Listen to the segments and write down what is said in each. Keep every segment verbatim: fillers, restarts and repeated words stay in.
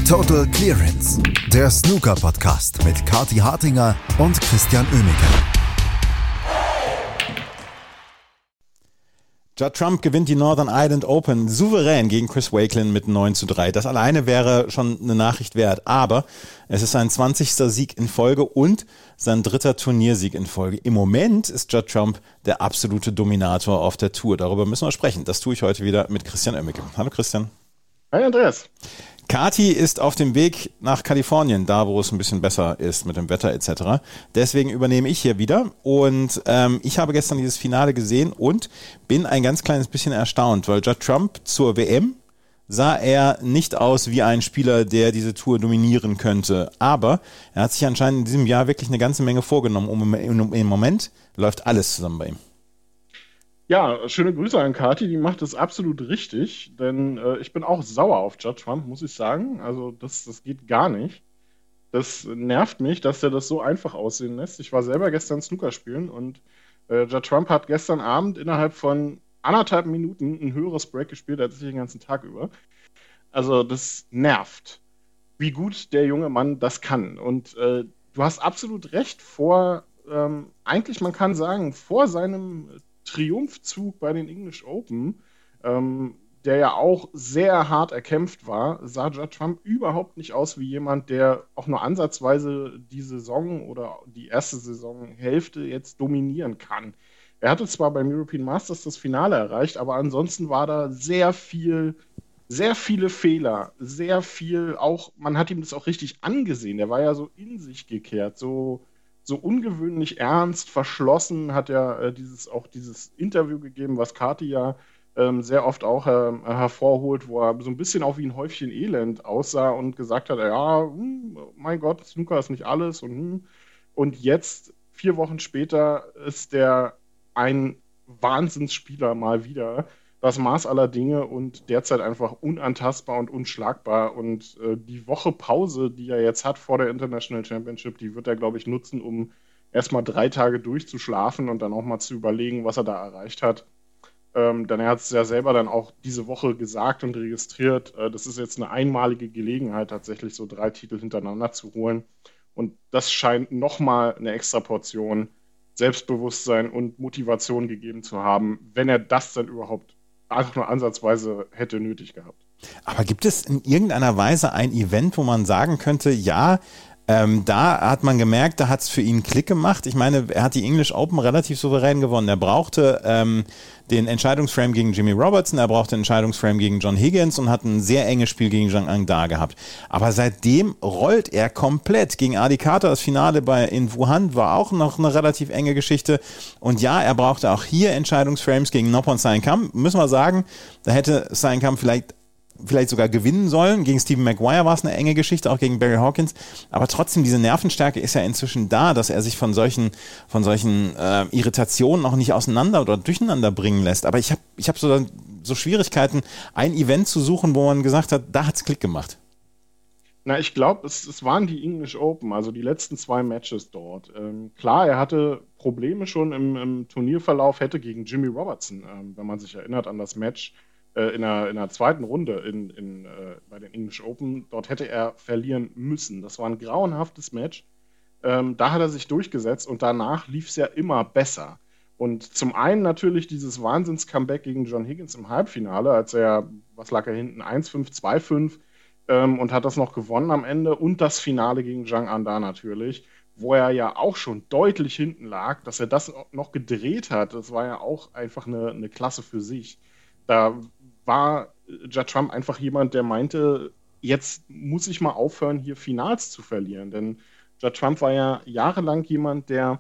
Total Clearance, der Snooker-Podcast mit Kathi Hartinger und Christian Oemeke. Judd Trump gewinnt die Northern Ireland Open souverän gegen Chris Wakelin mit neun zu drei. Das alleine wäre schon eine Nachricht wert, aber es ist sein zwanzigster Sieg in Folge und sein dritter Turniersieg in Folge. Im Moment ist Judd Trump der absolute Dominator auf der Tour. Darüber müssen wir sprechen. Das tue ich heute wieder mit Christian Oemeke. Hallo Christian. Hi Andreas. Kathi ist auf dem Weg nach Kalifornien, da wo es ein bisschen besser ist mit dem Wetter et cetera. Deswegen übernehme ich hier wieder und ähm, ich habe gestern dieses Finale gesehen und bin ein ganz kleines bisschen erstaunt, weil Judd Trump zur W M sah er nicht aus wie ein Spieler, der diese Tour dominieren könnte. Aber er hat sich anscheinend in diesem Jahr wirklich eine ganze Menge vorgenommen. Und im Moment läuft alles zusammen bei ihm. Ja, schöne Grüße an Kathi, die macht es absolut richtig, denn äh, ich bin auch sauer auf Judd Trump, muss ich sagen. Also das, das geht gar nicht. Das nervt mich, dass er das so einfach aussehen lässt. Ich war selber gestern Snooker spielen und äh, Judd Trump hat gestern Abend innerhalb von anderthalb Minuten ein höheres Break gespielt als ich den ganzen Tag über. Also das nervt, wie gut der junge Mann das kann. Und äh, du hast absolut recht, vor, ähm, eigentlich man kann sagen, vor seinem Triumphzug bei den English Open, ähm, der ja auch sehr hart erkämpft war, sah Judd Trump überhaupt nicht aus wie jemand, der auch nur ansatzweise die Saison oder die erste Saisonhälfte jetzt dominieren kann. Er hatte zwar beim European Masters das Finale erreicht, aber ansonsten war da sehr viel, sehr viele Fehler, sehr viel auch, man hat ihm das auch richtig angesehen, der war ja so in sich gekehrt, so so ungewöhnlich ernst, verschlossen, hat er äh, dieses, auch dieses Interview gegeben, was Kathi ja ähm, sehr oft auch äh, hervorholt, wo er so ein bisschen auch wie ein Häufchen Elend aussah und gesagt hat, ja, hm, mein Gott, Snooker ist nicht alles. Und, hm. und jetzt, vier Wochen später, ist der ein Wahnsinnsspieler mal wieder, das Maß aller Dinge und derzeit einfach unantastbar und unschlagbar. Und äh, die Woche Pause, die er jetzt hat vor der International Championship, die wird er, glaube ich, nutzen, um erstmal drei Tage durchzuschlafen und dann auch mal zu überlegen, was er da erreicht hat. Ähm, denn er hat es ja selber dann auch diese Woche gesagt und registriert, äh, das ist jetzt eine einmalige Gelegenheit, tatsächlich so drei Titel hintereinander zu holen. Und das scheint nochmal eine extra Portion Selbstbewusstsein und Motivation gegeben zu haben, wenn er das dann überhaupt auch nur ansatzweise hätte nötig gehabt. Aber gibt es in irgendeiner Weise ein Event, wo man sagen könnte, ja, ähm, da hat man gemerkt, da hat es für ihn Klick gemacht. Ich meine, er hat die English Open relativ souverän gewonnen. Er brauchte ähm, den Entscheidungsframe gegen Jimmy Robertson, er brauchte den Entscheidungsframe gegen John Higgins und hat ein sehr enges Spiel gegen Zhang Ang Da gehabt. Aber seitdem rollt er komplett. Gegen Adi Carter, das Finale bei, in Wuhan, war auch noch eine relativ enge Geschichte. Und ja, er brauchte auch hier Entscheidungsframes gegen Noppon Saengkham. Müssen wir sagen, da hätte Saengkham vielleicht vielleicht sogar gewinnen sollen. Gegen Stephen Maguire war es eine enge Geschichte, auch gegen Barry Hawkins. Aber trotzdem, diese Nervenstärke ist ja inzwischen da, dass er sich von solchen, von solchen äh, Irritationen auch nicht auseinander oder durcheinander bringen lässt. Aber ich habe ich hab so, so Schwierigkeiten, ein Event zu suchen, wo man gesagt hat, da hat's Klick gemacht. Na, ich glaube, es, es waren die English Open, also die letzten zwei Matches dort. Ähm, klar, er hatte Probleme schon im, im Turnierverlauf, hätte gegen Jimmy Robertson, ähm, wenn man sich erinnert an das Match, in der, in der zweiten Runde in, in, äh, bei den English Open, dort hätte er verlieren müssen. Das war ein grauenhaftes Match. Ähm, da hat er sich durchgesetzt und danach lief es ja immer besser. Und zum einen natürlich dieses Wahnsinns-Comeback gegen John Higgins im Halbfinale, als er, was lag er hinten, eins fünf, zwei fünf ähm, und hat das noch gewonnen am Ende. Und das Finale gegen Zhang An Da natürlich, wo er ja auch schon deutlich hinten lag, dass er das noch gedreht hat. Das war ja auch einfach eine, eine Klasse für sich. Da war Judd Trump einfach jemand, der meinte, jetzt muss ich mal aufhören, hier Finals zu verlieren. Denn Judd Trump war ja jahrelang jemand, der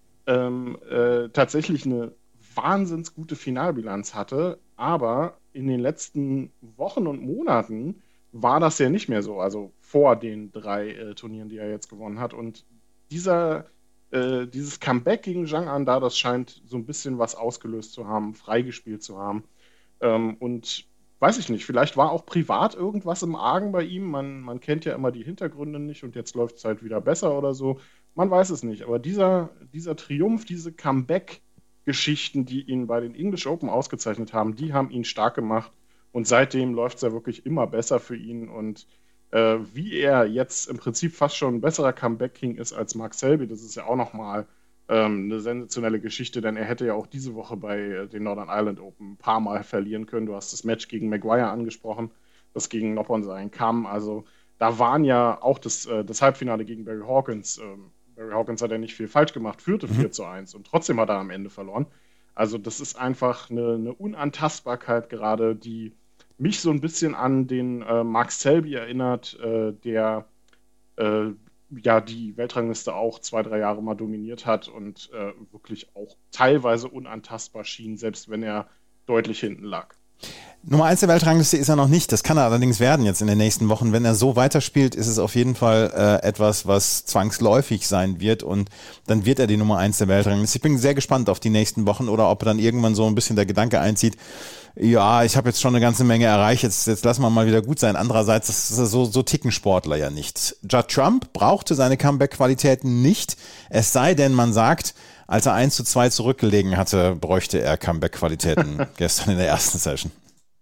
ähm, äh, tatsächlich eine wahnsinns gute Finalbilanz hatte, aber in den letzten Wochen und Monaten war das ja nicht mehr so, also vor den drei äh, Turnieren, die er jetzt gewonnen hat. Und dieser, äh, dieses Comeback gegen Zhang An Da, das scheint so ein bisschen was ausgelöst zu haben, freigespielt zu haben. Ähm, und weiß ich nicht, vielleicht war auch privat irgendwas im Argen bei ihm. Man, man kennt ja immer die Hintergründe nicht und jetzt läuft es halt wieder besser oder so. Man weiß es nicht. Aber dieser, dieser Triumph, diese Comeback-Geschichten, die ihn bei den English Open ausgezeichnet haben, die haben ihn stark gemacht. Und seitdem läuft es ja wirklich immer besser für ihn. Und äh, wie er jetzt im Prinzip fast schon ein besserer Comeback-King ist als Mark Selby, das ist ja auch nochmal ähm, eine sensationelle Geschichte, denn er hätte ja auch diese Woche bei äh, den Northern Ireland Open ein paar Mal verlieren können. Du hast das Match gegen Maguire angesprochen, das gegen Noppon-Sein kam. Also da waren ja auch das, äh, das Halbfinale gegen Barry Hawkins. Ähm, Barry Hawkins hat ja nicht viel falsch gemacht, führte mhm. vier zu eins und trotzdem hat er am Ende verloren. Also das ist einfach eine, eine Unantastbarkeit gerade, die mich so ein bisschen an den äh, Mark Selby erinnert, äh, der äh, ja die Weltrangliste auch zwei, drei Jahre mal dominiert hat und äh, wirklich auch teilweise unantastbar schien, selbst wenn er deutlich hinten lag. Nummer eins der Weltrangliste ist er noch nicht. Das kann er allerdings werden jetzt in den nächsten Wochen. Wenn er so weiterspielt, ist es auf jeden Fall äh, etwas, was zwangsläufig sein wird und dann wird er die Nummer eins der Weltrangliste. Ich bin sehr gespannt auf die nächsten Wochen oder ob dann irgendwann so ein bisschen der Gedanke einzieht, ja, ich habe jetzt schon eine ganze Menge erreicht, jetzt, jetzt lassen wir mal wieder gut sein. Andererseits, das ist so, so ticken Sportler ja nicht. Judd Trump brauchte seine Comeback-Qualitäten nicht, es sei denn, man sagt, als er eins zu zwei zurückgelegen hatte, bräuchte er Comeback-Qualitäten gestern in der ersten Session.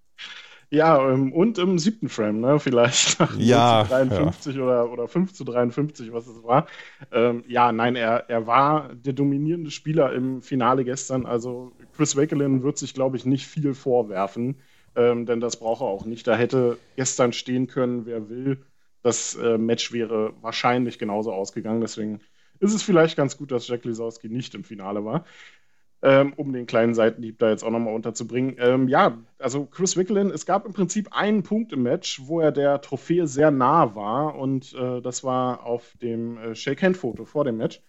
Ja, und im siebten Frame, ne, vielleicht nach ja, null zu dreiundfünfzig ja. oder, oder fünf zu dreiundfünfzig, was es war. Ähm, ja, nein, er, er war der dominierende Spieler im Finale gestern. Also Chris Wakelin wird sich, glaube ich, nicht viel vorwerfen, ähm, denn das braucht er auch nicht. Da hätte gestern stehen können, wer will. Das äh, Match wäre wahrscheinlich genauso ausgegangen. Deswegen ist es vielleicht ganz gut, dass Jack Lisowski nicht im Finale war. Ähm, um den kleinen Seitenhieb da jetzt auch nochmal unterzubringen. Ähm, ja, also Chris Wakelin, es gab im Prinzip einen Punkt im Match, wo er der Trophäe sehr nah war und äh, das war auf dem äh, Shake-Hand-Foto vor dem Match.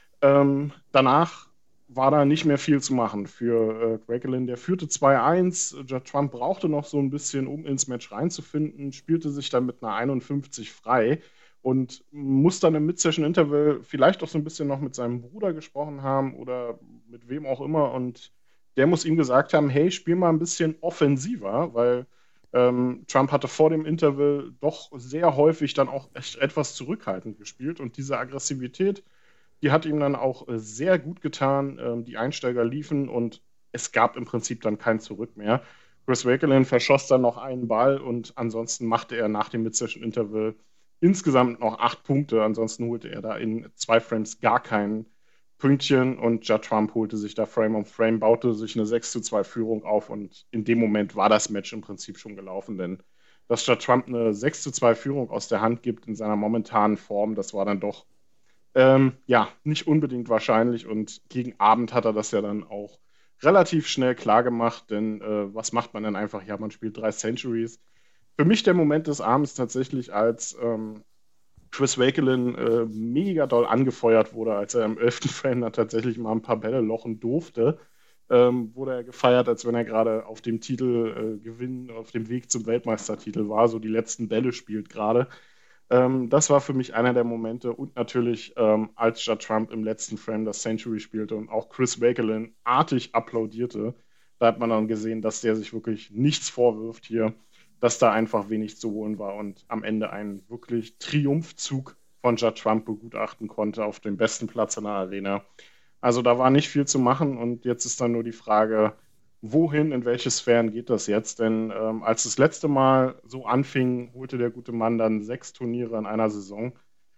Ähm, danach war da nicht mehr viel zu machen für äh, Wakelin. Der führte zwei eins. Judd Trump brauchte noch so ein bisschen, um ins Match reinzufinden, spielte sich dann mit einer einundfünfzig frei und muss dann im Mid-Session-Interval vielleicht auch so ein bisschen noch mit seinem Bruder gesprochen haben oder mit wem auch immer und der muss ihm gesagt haben, hey, spiel mal ein bisschen offensiver, weil ähm, Trump hatte vor dem Interval doch sehr häufig dann auch echt etwas zurückhaltend gespielt und diese Aggressivität, die hat ihm dann auch sehr gut getan. Ähm, die Einsteiger liefen und es gab im Prinzip dann kein Zurück mehr. Chris Wakelin verschoss dann noch einen Ball und ansonsten machte er nach dem Mid-Session-Interval insgesamt noch acht Punkte, ansonsten holte er da in zwei Frames gar kein Pünktchen und Judd Trump holte sich da Frame um Frame, baute sich eine sechs zu zwei Führung auf und in dem Moment war das Match im Prinzip schon gelaufen, denn dass Judd Trump eine sechs zu zwei Führung aus der Hand gibt in seiner momentanen Form, das war dann doch ähm, ja, nicht unbedingt wahrscheinlich und gegen Abend hat er das ja dann auch relativ schnell klar gemacht, denn äh, was macht man denn einfach? Ja, man spielt drei Centuries. Für mich der Moment des Abends tatsächlich, als ähm, Chris Wakelin äh, mega doll angefeuert wurde, als er im elften Frame dann tatsächlich mal ein paar Bälle lochen durfte, ähm, wurde er gefeiert, als wenn er gerade auf dem Titel äh, Gewinn, auf dem Weg zum Weltmeistertitel war, so die letzten Bälle spielt gerade. Ähm, das war für mich einer der Momente und natürlich, ähm, als Judd Trump im letzten Frame das Century spielte und auch Chris Wakelin artig applaudierte, da hat man dann gesehen, dass der sich wirklich nichts vorwirft hier, dass da einfach wenig zu holen war und am Ende einen wirklich Triumphzug von Judd Trump begutachten konnte auf dem besten Platz in der Arena. Also da war nicht viel zu machen und jetzt ist dann nur die Frage, wohin, in welche Sphären geht das jetzt? Denn ähm, als das letzte Mal so anfing, holte der gute Mann dann sechs Turniere in einer Saison.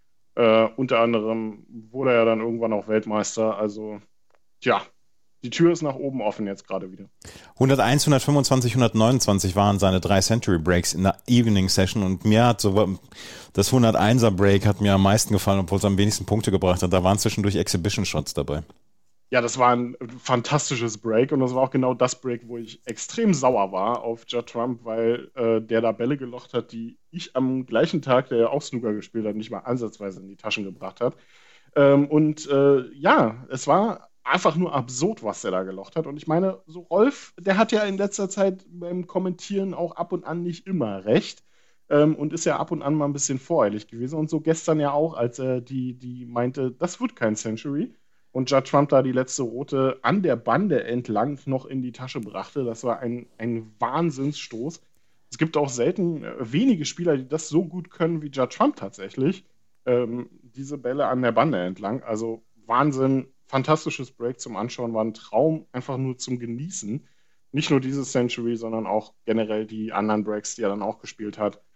Äh, unter anderem wurde er dann irgendwann auch Weltmeister. Also, tja, die Tür ist nach oben offen jetzt gerade wieder. hunderteins, hundertfünfundzwanzig, hundertneunundzwanzig waren seine drei Century Breaks in der Evening Session und mir hat so das hunderteinser Break hat mir am meisten gefallen, obwohl es am wenigsten Punkte gebracht hat. Da waren zwischendurch Exhibition Shots dabei. Ja, das war ein fantastisches Break und das war auch genau das Break, wo ich extrem sauer war auf Judd Trump, weil äh, der da Bälle gelocht hat, die ich am gleichen Tag, der ja auch Snooker gespielt hat, nicht mal ansatzweise in die Taschen gebracht habe. Ähm, und äh, ja, es war einfach nur absurd, was der da gelocht hat. Und ich meine, so Rolf, der hat ja in letzter Zeit beim Kommentieren auch ab und an nicht immer recht ähm, und ist ja ab und an mal ein bisschen voreilig gewesen. Und so gestern ja auch, als er die, die meinte, das wird kein Century. Und Judd Trump da die letzte Rote an der Bande entlang noch in die Tasche brachte. Das war ein, ein Wahnsinnsstoß. Es gibt auch selten äh, wenige Spieler, die das so gut können wie Judd Trump tatsächlich. Ähm, diese Bälle an der Bande entlang. Also Wahnsinn, fantastisches Break zum Anschauen, war ein Traum, einfach nur zum Genießen. Nicht nur dieses Century, sondern auch generell die anderen Breaks, die er dann auch gespielt hat.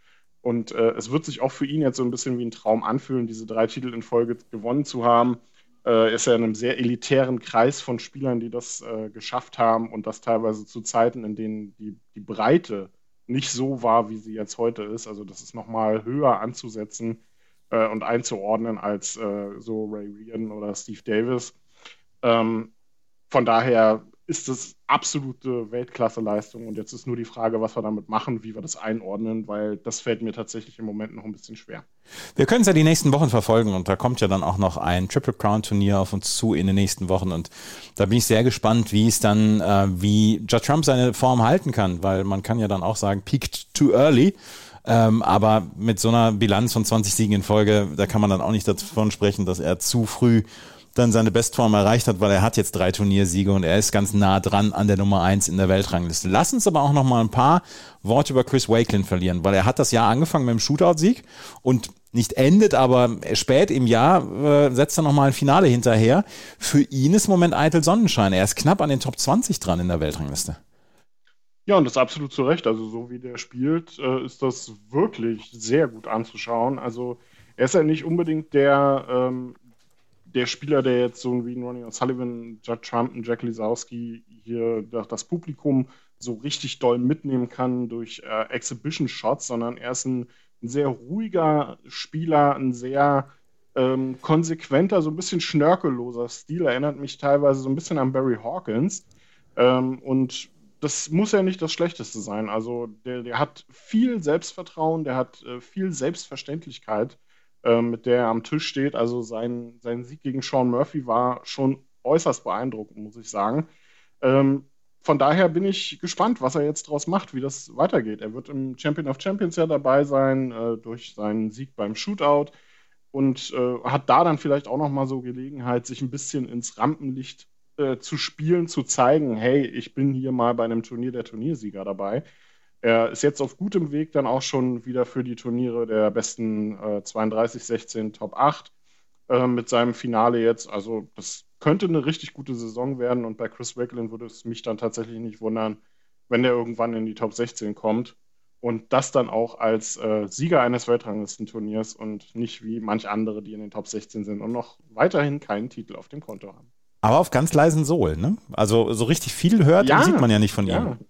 Und äh, es wird sich auch für ihn jetzt so ein bisschen wie ein Traum anfühlen, diese drei Titel in Folge gewonnen zu haben. Äh, er ist ja in einem sehr elitären Kreis von Spielern, die das äh, geschafft haben und das teilweise zu Zeiten, in denen die, die Breite nicht so war, wie sie jetzt heute ist. Also das ist nochmal höher anzusetzen äh, und einzuordnen als äh, so Ray Reardon oder Steve Davis. Ähm, von daher ist es absolute Weltklasse-Leistung und jetzt ist nur die Frage, was wir damit machen, wie wir das einordnen, weil das fällt mir tatsächlich im Moment noch ein bisschen schwer. Wir können es ja die nächsten Wochen verfolgen und da kommt ja dann auch noch ein Triple Crown Turnier auf uns zu in den nächsten Wochen und da bin ich sehr gespannt, wie es dann, äh, wie Judd Trump seine Form halten kann, weil man kann ja dann auch sagen, peaked too early. Ähm, aber mit so einer Bilanz von zwanzig Siegen in Folge, da kann man dann auch nicht davon sprechen, dass er zu früh dann seine Bestform erreicht hat, weil er hat jetzt drei Turniersiege und er ist ganz nah dran an der Nummer eins in der Weltrangliste. Lass uns aber auch noch mal ein paar Worte über Chris Wakelin verlieren, weil er hat das Jahr angefangen mit dem Shootout-Sieg und nicht endet, aber spät im Jahr äh, setzt er noch mal ein Finale hinterher. Für ihn ist im Moment eitel Sonnenschein. Er ist knapp an den Top zwanzig dran in der Weltrangliste. Ja, und das ist absolut zu Recht. Also so wie der spielt, äh, ist das wirklich sehr gut anzuschauen. Also er ist ja nicht unbedingt der ähm, der Spieler, der jetzt so wie Ronnie O'Sullivan, Judd Trump und Jack Lisowski hier das Publikum so richtig doll mitnehmen kann durch äh, Exhibition-Shots, sondern er ist ein, ein sehr ruhiger Spieler, ein sehr ähm, konsequenter, so ein bisschen schnörkelloser Stil. Erinnert mich teilweise so ein bisschen an Barry Hawkins. Ähm, und das muss ja nicht das Schlechteste sein. Also der, der hat viel Selbstvertrauen, der hat äh, viel Selbstverständlichkeit, mit der er am Tisch steht. Also sein, sein Sieg gegen Sean Murphy war schon äußerst beeindruckend, muss ich sagen. Ähm, von daher bin ich gespannt, was er jetzt draus macht, wie das weitergeht. Er wird im Champion of Champions ja dabei sein, äh, durch seinen Sieg beim Shootout und äh, hat da dann vielleicht auch nochmal so Gelegenheit, sich ein bisschen ins Rampenlicht äh, zu spielen, zu zeigen, hey, ich bin hier mal bei einem Turnier der Turniersieger dabei. Er ist jetzt auf gutem Weg dann auch schon wieder für die Turniere der besten äh, zweiunddreißig sechzehn Top acht äh, mit seinem Finale jetzt. Also das könnte eine richtig gute Saison werden und bei Chris Wakelin würde es mich dann tatsächlich nicht wundern, wenn der irgendwann in die Top sechzehn kommt und das dann auch als äh, Sieger eines Weltranglistenturniers und nicht wie manch andere, die in den Top sechzehn sind und noch weiterhin keinen Titel auf dem Konto haben. Aber auf ganz leisen Sohlen, ne? Also so richtig viel hört, ja, sieht man ja nicht von ja. ihm.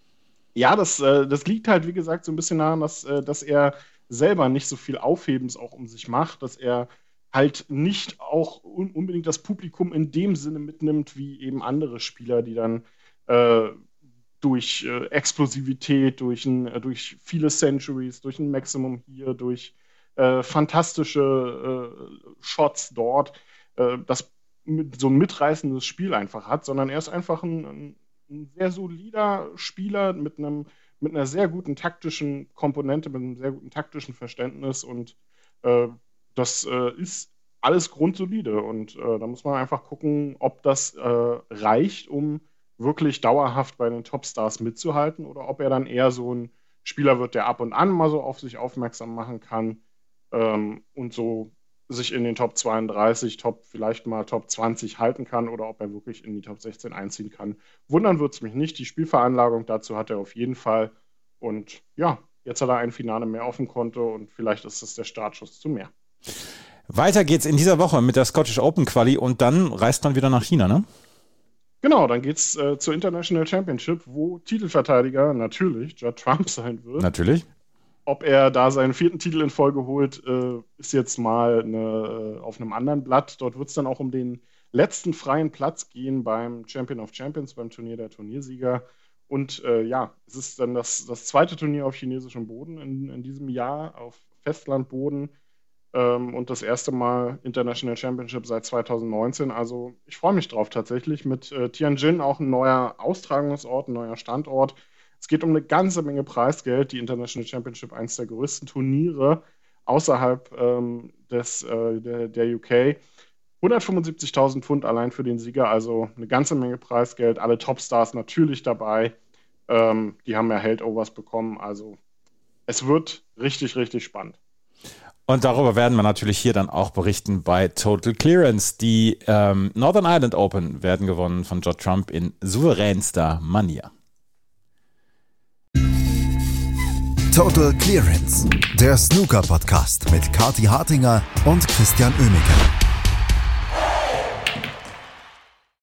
Ja, das, äh, das liegt halt, wie gesagt, so ein bisschen daran, dass, äh, dass er selber nicht so viel Aufhebens auch um sich macht, dass er halt nicht auch un- unbedingt das Publikum in dem Sinne mitnimmt, wie eben andere Spieler, die dann äh, durch äh, Explosivität, durch, ein, äh, durch viele Centuries, durch ein Maximum hier, durch äh, fantastische äh, Shots dort, äh, das mit, so ein mitreißendes Spiel einfach hat, sondern er ist einfach ein, ein ein sehr solider Spieler mit einem mit einer sehr guten taktischen Komponente, mit einem sehr guten taktischen Verständnis und äh, das äh, ist alles grundsolide und äh, da muss man einfach gucken, ob das äh, reicht, um wirklich dauerhaft bei den Topstars mitzuhalten oder ob er dann eher so ein Spieler wird, der ab und an mal so auf sich aufmerksam machen kann ähm, und so sich in den Top zweiunddreißig, Top vielleicht mal Top zwanzig halten kann oder ob er wirklich in die Top sechzehn einziehen kann. Wundern wird es mich nicht. Die Spielveranlagung dazu hat er auf jeden Fall. Und ja, jetzt hat er ein Finale mehr auf dem Konto und vielleicht ist das der Startschuss zu mehr. Weiter geht's in dieser Woche mit der Scottish Open Quali und dann reist man wieder nach China, ne? Genau, dann geht's äh, zur International Championship, wo Titelverteidiger natürlich Judd Trump sein wird. Natürlich. Ob er da seinen vierten Titel in Folge holt, äh, ist jetzt mal eine, äh, auf einem anderen Blatt. Dort wird es dann auch um den letzten freien Platz gehen beim Champion of Champions, beim Turnier der Turniersieger. Und äh, ja, es ist dann das, das zweite Turnier auf chinesischem Boden in, in diesem Jahr, auf Festlandboden. Ähm, und das erste Mal International Championship seit zweitausendneunzehn. Also ich freue mich drauf tatsächlich. Mit äh, Tianjin auch ein neuer Austragungsort, ein neuer Standort. Es geht um eine ganze Menge Preisgeld. Die International Championship, eines der größten Turniere außerhalb ähm, des, äh, der, der U K. hundertfünfundsiebzigtausend Pfund allein für den Sieger, also eine ganze Menge Preisgeld. Alle Topstars natürlich dabei. Ähm, die haben ja Heldovers bekommen. Also es wird richtig, richtig spannend. Und darüber werden wir natürlich hier dann auch berichten bei Total Clearance. Die ähm, Northern Ireland Open werden gewonnen von Judd Trump in souveränster Manier. Total Clearance, der Snooker-Podcast mit Kathi Hartinger und Christian Oemeke.